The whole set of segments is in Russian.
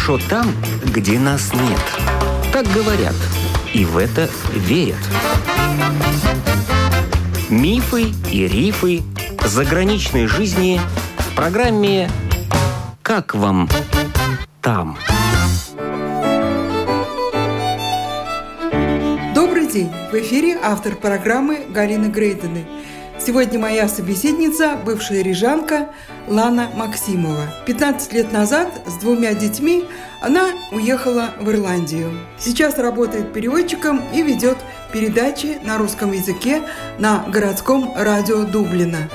хорошо там, где нас нет. Так говорят, и в это верят. Мифы и рифы заграничной жизни в программе «Как вам там?». Добрый день! В эфире автор программы Галина Грейдены. Сегодня моя собеседница – бывшая рижанка Лана Максимова. 15 лет назад с 2 детьми она уехала в Ирландию. Сейчас работает переводчиком и ведет передачи на русском языке на городском радио Дублина.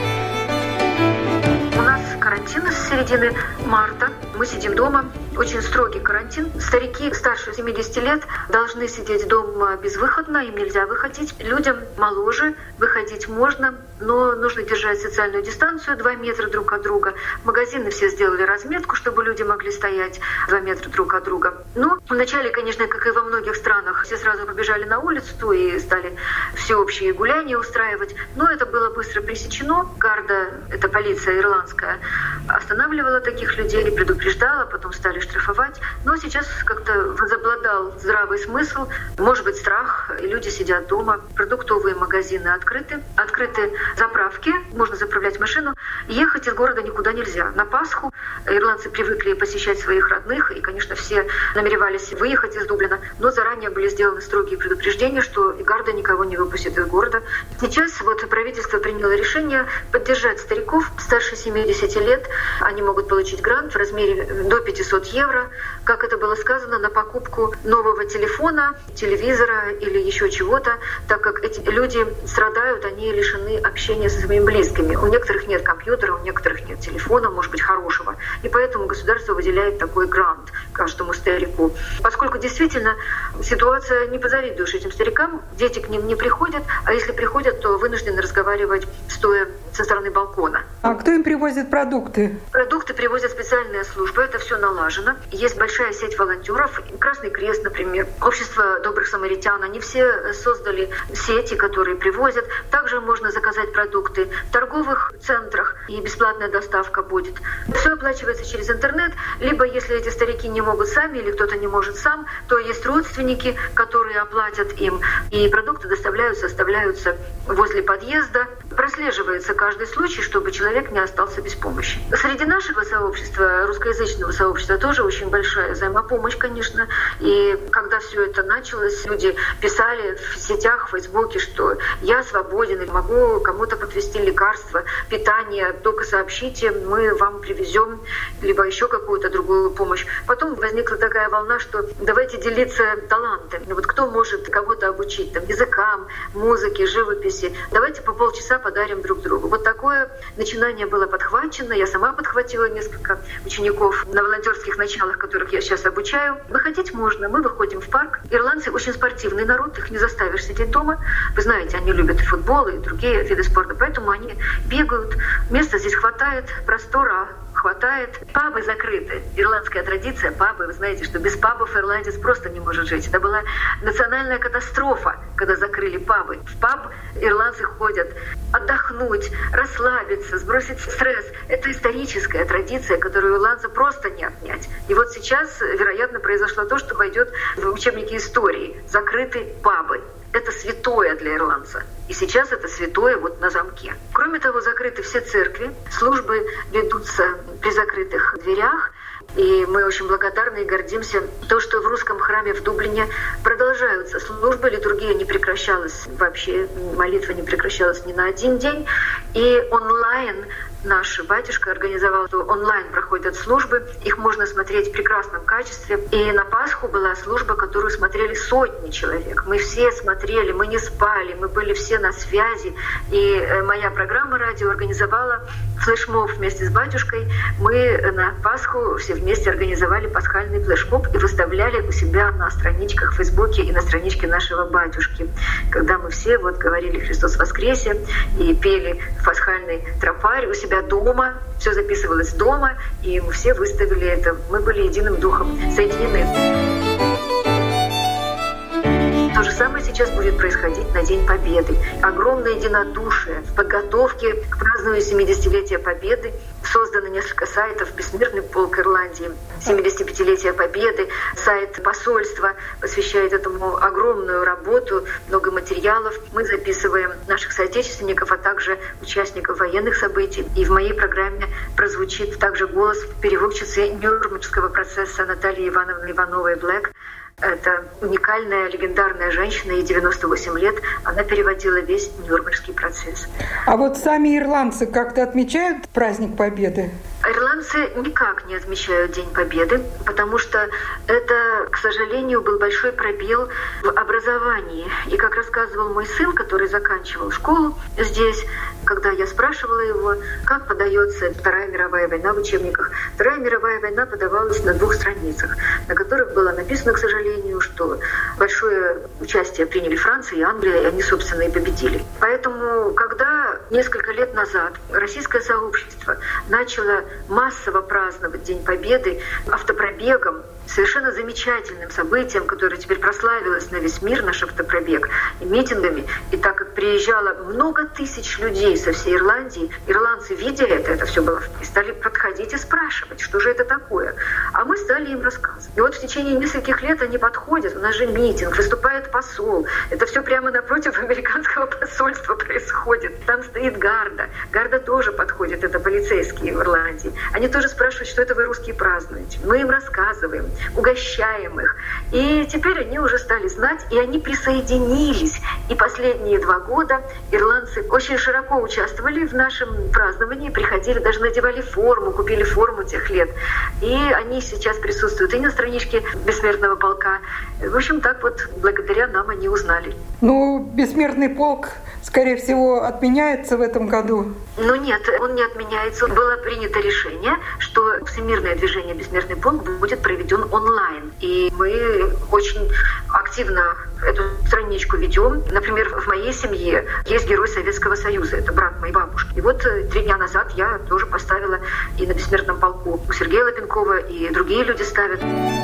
У нас карантин с середины марта. Мы сидим дома. Очень строгий карантин. Старики старше 70 лет должны сидеть дома безвыходно, им нельзя выходить. Людям моложе выходить можно, но нужно держать социальную дистанцию 2 метра друг от друга. Магазины все сделали разметку, чтобы люди могли стоять 2 метра друг от друга. Ну, вначале, конечно, как и во многих странах, все сразу побежали на улицу и стали всеобщие гуляния устраивать. Но это было быстро пресечено. Гарда, это полиция ирландская, останавливала таких людей, предупреждала, потом стали штрафовать. Но сейчас как-то возобладал здравый смысл, может быть, страх, и люди сидят дома. Продуктовые магазины открыты заправки, можно заправлять машину. Ехать из города никуда нельзя. На Пасху ирландцы привыкли посещать своих родных, и, конечно, все намеревались выехать из Дублина, но заранее были сделаны строгие предупреждения, что Гарда никого не выпустит из города. Сейчас вот правительство приняло решение поддержать стариков старше 70 лет. Они могут получить грант в размере до 500 евро, как это было сказано, на покупку нового телефона, телевизора или еще чего-то, так как эти люди страдают, они лишены общения со своими близкими. У некоторых нет компьютера, у некоторых нет телефона, может быть, хорошего. И поэтому государство выделяет такой грант каждому старику. Поскольку действительно ситуация, не позавидуешь этим старикам, дети к ним не приходят, а если приходят, то вынуждены разговаривать стоя со стороны балкона. А кто им привозит продукты? Продукты привозят специальные службы, это все налажено. Есть большая сеть волонтеров, Красный Крест, например, Общество добрых самаритян, они все создали сети, которые привозят. Также можно заказать продукты в торговых центрах, и бесплатная доставка будет. Все оплачивается через интернет, либо если эти старики не могут сами или кто-то не может сам, то есть родственники, которые оплатят им, и продукты оставляются возле подъезда. Прослеживается каждый случай, чтобы человек не остался без помощи. Среди нашего сообщества, русскоязычного сообщества, тоже очень большая взаимопомощь, конечно. И когда все это началось, люди писали в сетях, в Фейсбуке, что я свободен и могу кому-то подвезти лекарства, питание, только сообщите, мы вам привезем, либо еще какую-то другую помощь. Потом возникла такая волна, что давайте делиться талантами. Вот кто может кого-то обучить там, языкам, музыке, живописи, давайте по полчаса подарим друг другу. Вот такое начинание было подхвачено. Я сама подхватила несколько учеников на волонтерских началах, которых я сейчас обучаю. Выходить можно. Мы выходим в парк. Ирландцы очень спортивный народ, их не заставишь сидеть дома. Вы знаете, они любят и футбол, и другие виды спорта, поэтому они бегают. Места здесь хватает, простора хватает. Пабы закрыты. Ирландская традиция, пабы. Вы знаете, что без пабов ирландец просто не может жить. Это была национальная катастрофа, когда закрыли пабы. В паб ирландцы ходят отдохнуть, расслабиться, сбросить стресс. Это историческая традиция, которую у ирландца просто не отнять. И вот сейчас, вероятно, произошло то, что войдет в учебники истории. Закрыты пабы. Это святое для ирландца. И сейчас это святое вот на замке. Кроме того, закрыты все церкви, службы ведутся при закрытых дверях. И мы очень благодарны и гордимся то, что в русском храме в Дублине продолжаются службы, литургия не прекращалась вообще, молитва не прекращалась ни на один день. И онлайн наш батюшка организовал, что онлайн проходят службы, их можно смотреть в прекрасном качестве. И на Пасху была служба, которую смотрели сотни человек. Мы все смотрели, мы не спали, мы были все на связи. И моя программа радио организовала флешмоб вместе с батюшкой. Мы на Пасху все вместе организовали пасхальный флешмоб и выставляли у себя на страничках в Фейсбуке и на страничке нашего батюшки, когда мы все вот говорили «Христос воскресе» и пели пасхальный тропарь у себя дома. Все записывалось дома, и мы все выставили это. Мы были единым духом соединены. То же самое сейчас будет происходить на День Победы. Огромное единодушие в подготовке к празднованию 70-летия Победы. создано несколько сайтов. «Бессмертный полк Ирландии», 75-летие Победы, сайт посольства посвящает этому огромную работу, много материалов. Мы записываем наших соотечественников, а также участников военных событий. И в моей программе прозвучит также голос переводчицы Нюрнбергского процесса Натальи Ивановны Ивановой-Блэк. Это уникальная, легендарная женщина, ей 98 лет. Она переводила весь Нюрнбергский процесс. А вот сами ирландцы как-то отмечают праздник Победы? Ирландцы никак не отмечают День Победы, потому что это, к сожалению, был большой пробел в образовании. И как рассказывал мой сын, который заканчивал школу здесь, когда я спрашивала его, как подается Вторая мировая война в учебниках. Вторая мировая война подавалась на 2 страницах, на которых было написано, к сожалению, что большое участие приняли Франция и Англия, и они, собственно, и победили. Поэтому, когда несколько лет назад российское сообщество начало массово праздновать День Победы автопробегом, совершенно замечательным событием, которое теперь прославилось на весь мир, наш автопробег, и митингами. И так как приезжало много тысяч людей со всей Ирландии, ирландцы видели это все было, и стали подходить и спрашивать, что же это такое. А мы стали им рассказывать. И вот в течение нескольких лет они подходят, у нас же митинг, выступает посол. Это все прямо напротив американского посольства происходит. Там стоит гарда. Гарда тоже подходит, это полицейские в Ирландии. Они тоже спрашивают, что это вы русские празднуете. Мы им рассказываем, угощаем их. И теперь они уже стали знать, и они присоединились. И последние 2 года ирландцы очень широко участвовали в нашем праздновании, приходили, даже надевали форму, купили форму тех лет. И они сейчас присутствуют и на страничке Бессмертного полка. В общем, так вот, благодаря нам они узнали. Ну, Бессмертный полк, скорее всего, отменяется в этом году. Ну нет, он не отменяется. Было принято решение, что всемирное движение «Бессмертный полк» будет проведен онлайн. И мы очень активно эту страничку ведем. Например, в моей семье есть герой Советского Союза, это брат моей бабушки. И вот 3 дня назад я тоже поставила и на Бессмертном полку у Сергея Лапенкова, и другие люди ставят.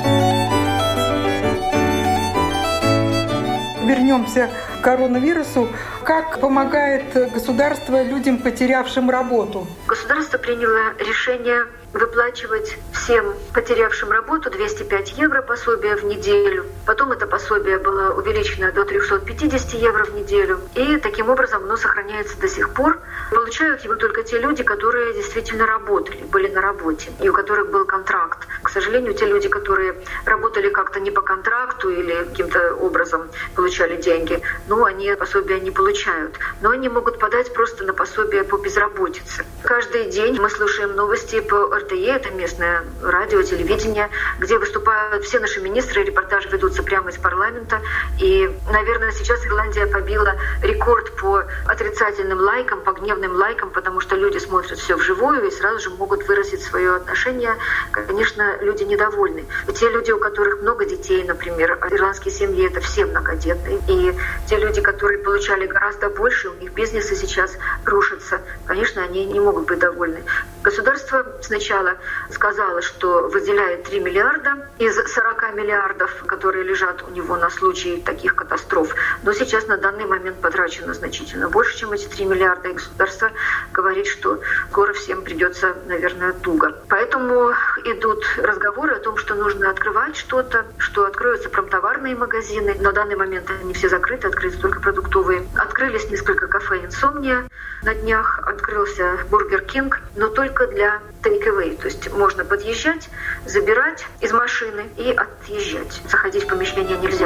Вернемся к коронавирусу. Как помогает государство людям, потерявшим работу? Государство приняло решение выплачивать всем потерявшим работу 205 евро пособие в неделю. Потом это пособие было увеличено до 350 евро в неделю. И таким образом оно сохраняется до сих пор. Получают его только те люди, которые действительно работали, были на работе, и у которых был контракт. К сожалению, те люди, которые работали как-то не по контракту или каким-то образом получали деньги, они пособия не получают. Но они могут подать просто на пособие по безработице. Каждый день мы слушаем новости по РТЕ, это местное радио, телевидение, где выступают все наши министры, репортажи ведутся прямо из парламента. И, наверное, сейчас Ирландия побила рекорд по отрицательным лайкам, по гневным лайкам, потому что люди смотрят все вживую и сразу же могут выразить свое отношение. Конечно, люди недовольны. И те люди, у которых много детей, например, ирландские семьи — это все многодетные. И те люди, которые получали гораздо больше, у них бизнесы сейчас рушатся. Конечно, они не могут быть довольны. Государство сначала сказала, что выделяет 3 миллиарда из 40 миллиардов, которые лежат у него на случай таких катастроф. Но сейчас на данный момент потрачено значительно больше, чем эти 3 миллиарда. И государство говорит, что скоро всем придется, наверное, туго. Поэтому идут разговоры о том, что нужно открывать что-то, что откроются промтоварные магазины. На данный момент они все закрыты, открыты только продуктовые. Открылись несколько кафе «Инсомния». На днях открылся «Бургер Кинг», но только для take-away. То есть можно подъезжать, забирать из машины и отъезжать. Заходить в помещение нельзя.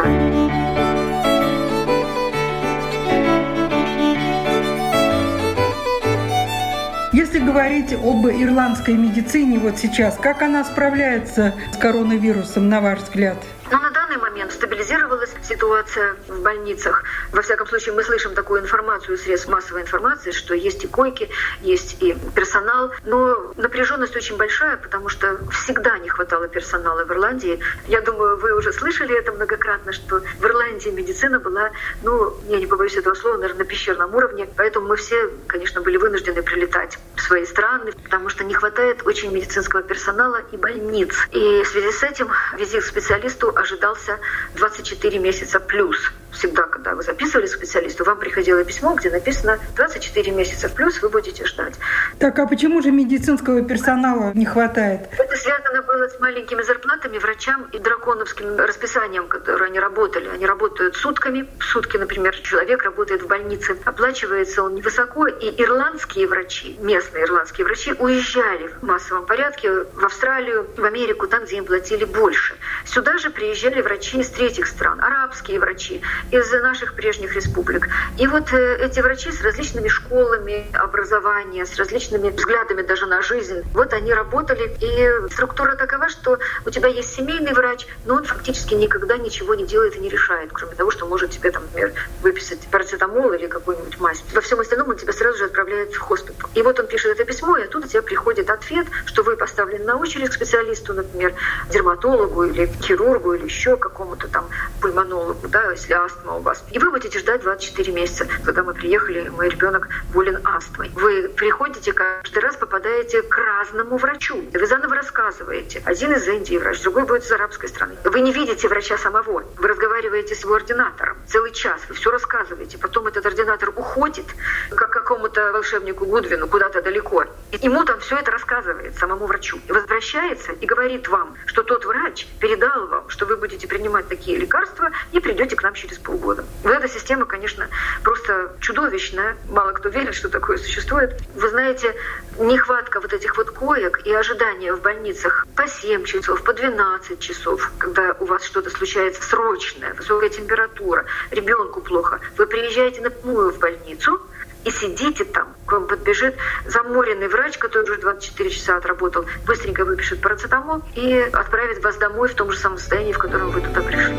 Если говорить об ирландской медицине вот сейчас, как она справляется с коронавирусом, на ваш взгляд? На данный момент стабилизировалась ситуация в больницах. Во всяком случае, мы слышим такую информацию из средств массовой информации, что есть и койки, есть и персонал. Но напряженность очень большая, потому что всегда не хватало персонала в Ирландии. Я думаю, вы уже слышали это многократно, что в Ирландии медицина была, я не побоюсь этого слова, наверное, на пещерном уровне. Поэтому мы все, конечно, были вынуждены прилетать в свои страны, потому что не хватает очень медицинского персонала и больниц. И в связи с этим визит к специалисту ожидался 24 месяца плюс. Всегда, когда вы записывали к специалисту, вам приходило письмо, где написано 24 месяца плюс, вы будете ждать. Так, а почему же медицинского персонала не хватает? Это связано было с маленькими зарплатами врачам и драконовским расписанием, которое они работали. Они работают сутками. В сутки, например, человек работает в больнице, оплачивается он невысоко, и ирландские врачи, местные ирландские врачи, уезжали в массовом порядке в Австралию, в Америку, там, где им платили больше. Сюда же приезжали врачи из третьих стран, арабские врачи, из наших прежних республик. И вот эти врачи с различными школами образования, с различными взглядами даже на жизнь, вот они работали. И структура такова, что у тебя есть семейный врач, но он фактически никогда ничего не делает и не решает, кроме того, что может тебе, там, например, выписать парацетамол или какую-нибудь мазь. Во всем остальном он тебя сразу же отправляет в хоспитал. И вот он пишет это письмо, и оттуда тебе приходит ответ, что вы поставлены на очередь к специалисту, например, дерматологу или хирургу или еще какому-то там пульмонологу, да, если астма у вас. И вы будете ждать 24 месяца. Когда мы приехали, мой ребенок болен астмой. Вы приходите, каждый раз попадаете к разному врачу. И вы заново рассказываете. Один из Индии врач, другой будет из арабской страны. Вы не видите врача самого. Вы разговариваете с его ординатором целый час. Вы все рассказываете. Потом этот ординатор уходит, как какому-то волшебнику Гудвину, куда-то далеко. И ему там все это рассказывает, самому врачу. И возвращается и говорит вам, что тот врач передал вам, что вы будете принимать такие лекарства и придете к нам через полгода. Вот эта система, конечно, просто чудовищная. Мало кто верит, что такое существует. Вы знаете, нехватка вот этих вот коек и ожидания в больницах по 7 часов, по 12 часов, когда у вас что-то случается срочное, высокая температура, ребенку плохо. Вы приезжаете напрямую в больницу и сидите там. К вам подбежит заморенный врач, который уже 24 часа отработал, быстренько выпишет парацетамол и отправит вас домой в том же самом состоянии, в котором вы туда пришли.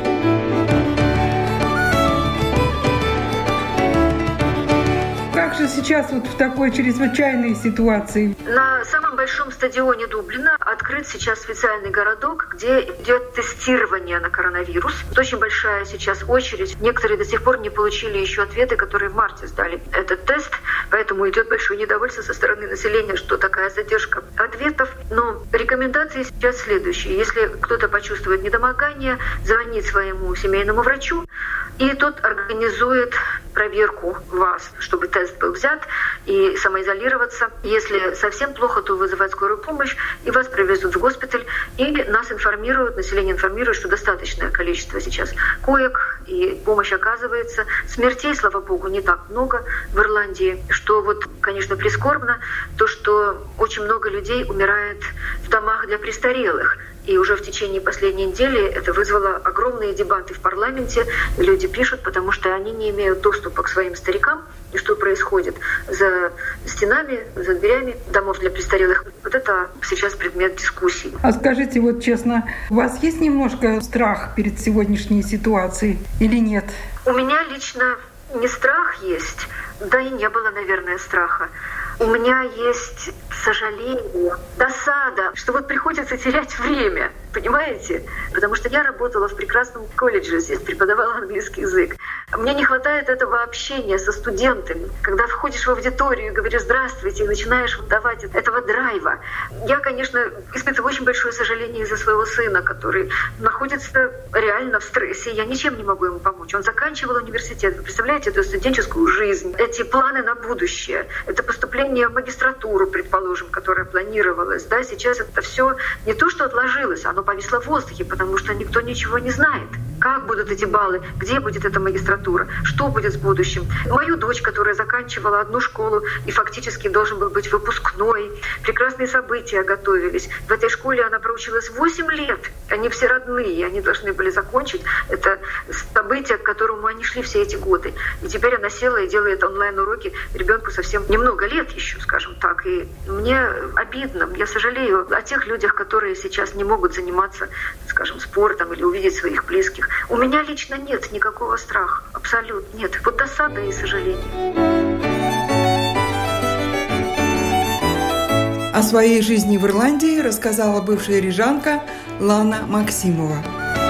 Как же сейчас вот в такой чрезвычайной ситуации? На самом большом стадионе Дублина открыт сейчас специальный городок, где идет тестирование на коронавирус. Это очень большая сейчас очередь. Некоторые до сих пор не получили еще ответы, которые в марте сдали этот тест. Поэтому идет большое недовольство со стороны населения, что такая задержка ответов. Но рекомендации сейчас следующие. Если кто-то почувствует недомогание, звонит своему семейному врачу, и тот организует проверку вас, чтобы тест был взят, и самоизолироваться. Если совсем плохо, то вызывать скорую помощь, и вас привезут в госпиталь, и нас информируют, население информирует, что достаточное количество сейчас коек, и помощь оказывается. Смертей, слава богу, не так много в Ирландии, что вот, конечно, прискорбно, то, что очень много людей умирает в домах для престарелых. И уже в течение последней недели это вызвало огромные дебаты в парламенте. Люди пишут, потому что они не имеют доступа к своим старикам. И что происходит за стенами, за дверями домов для престарелых. Вот это сейчас предмет дискуссий. А скажите вот честно, у вас есть немножко страх перед сегодняшней ситуацией или нет? У меня лично не страх есть, да и не было, наверное, страха. У меня есть сожаление, досада, что вот приходится терять время, понимаете? Потому что я работала в прекрасном колледже здесь, преподавала английский язык. Мне не хватает этого общения со студентами. Когда входишь в аудиторию и говоришь «здравствуйте», и начинаешь давать этого драйва. Я, конечно, испытываю очень большое сожаление из-за своего сына, который находится реально в стрессе. Я ничем не могу ему помочь. Он заканчивал университет. Вы представляете эту студенческую жизнь, эти планы на будущее, это поступление в магистратуру, предположим, которая планировалась. Да, сейчас это все не то, что отложилось, оно повисло в воздухе, потому что никто ничего не знает. Как будут эти баллы, где будет эта магистратура, что будет с будущим. Мою дочь, которая заканчивала одну школу и фактически должен был быть выпускной, прекрасные события готовились. В этой школе она проучилась 8 лет. Они все родные, они должны были закончить это событие, к которому они шли все эти годы. И теперь она села и делает онлайн-уроки ребенку совсем немного лет еще, скажем так. И мне обидно, я сожалею о тех людях, которые сейчас не могут заниматься, скажем, спортом или увидеть своих близких. У меня лично нет никакого страха, абсолютно нет. Вот досада и сожаление. О своей жизни в Ирландии рассказала бывшая рижанка Лана Максимова.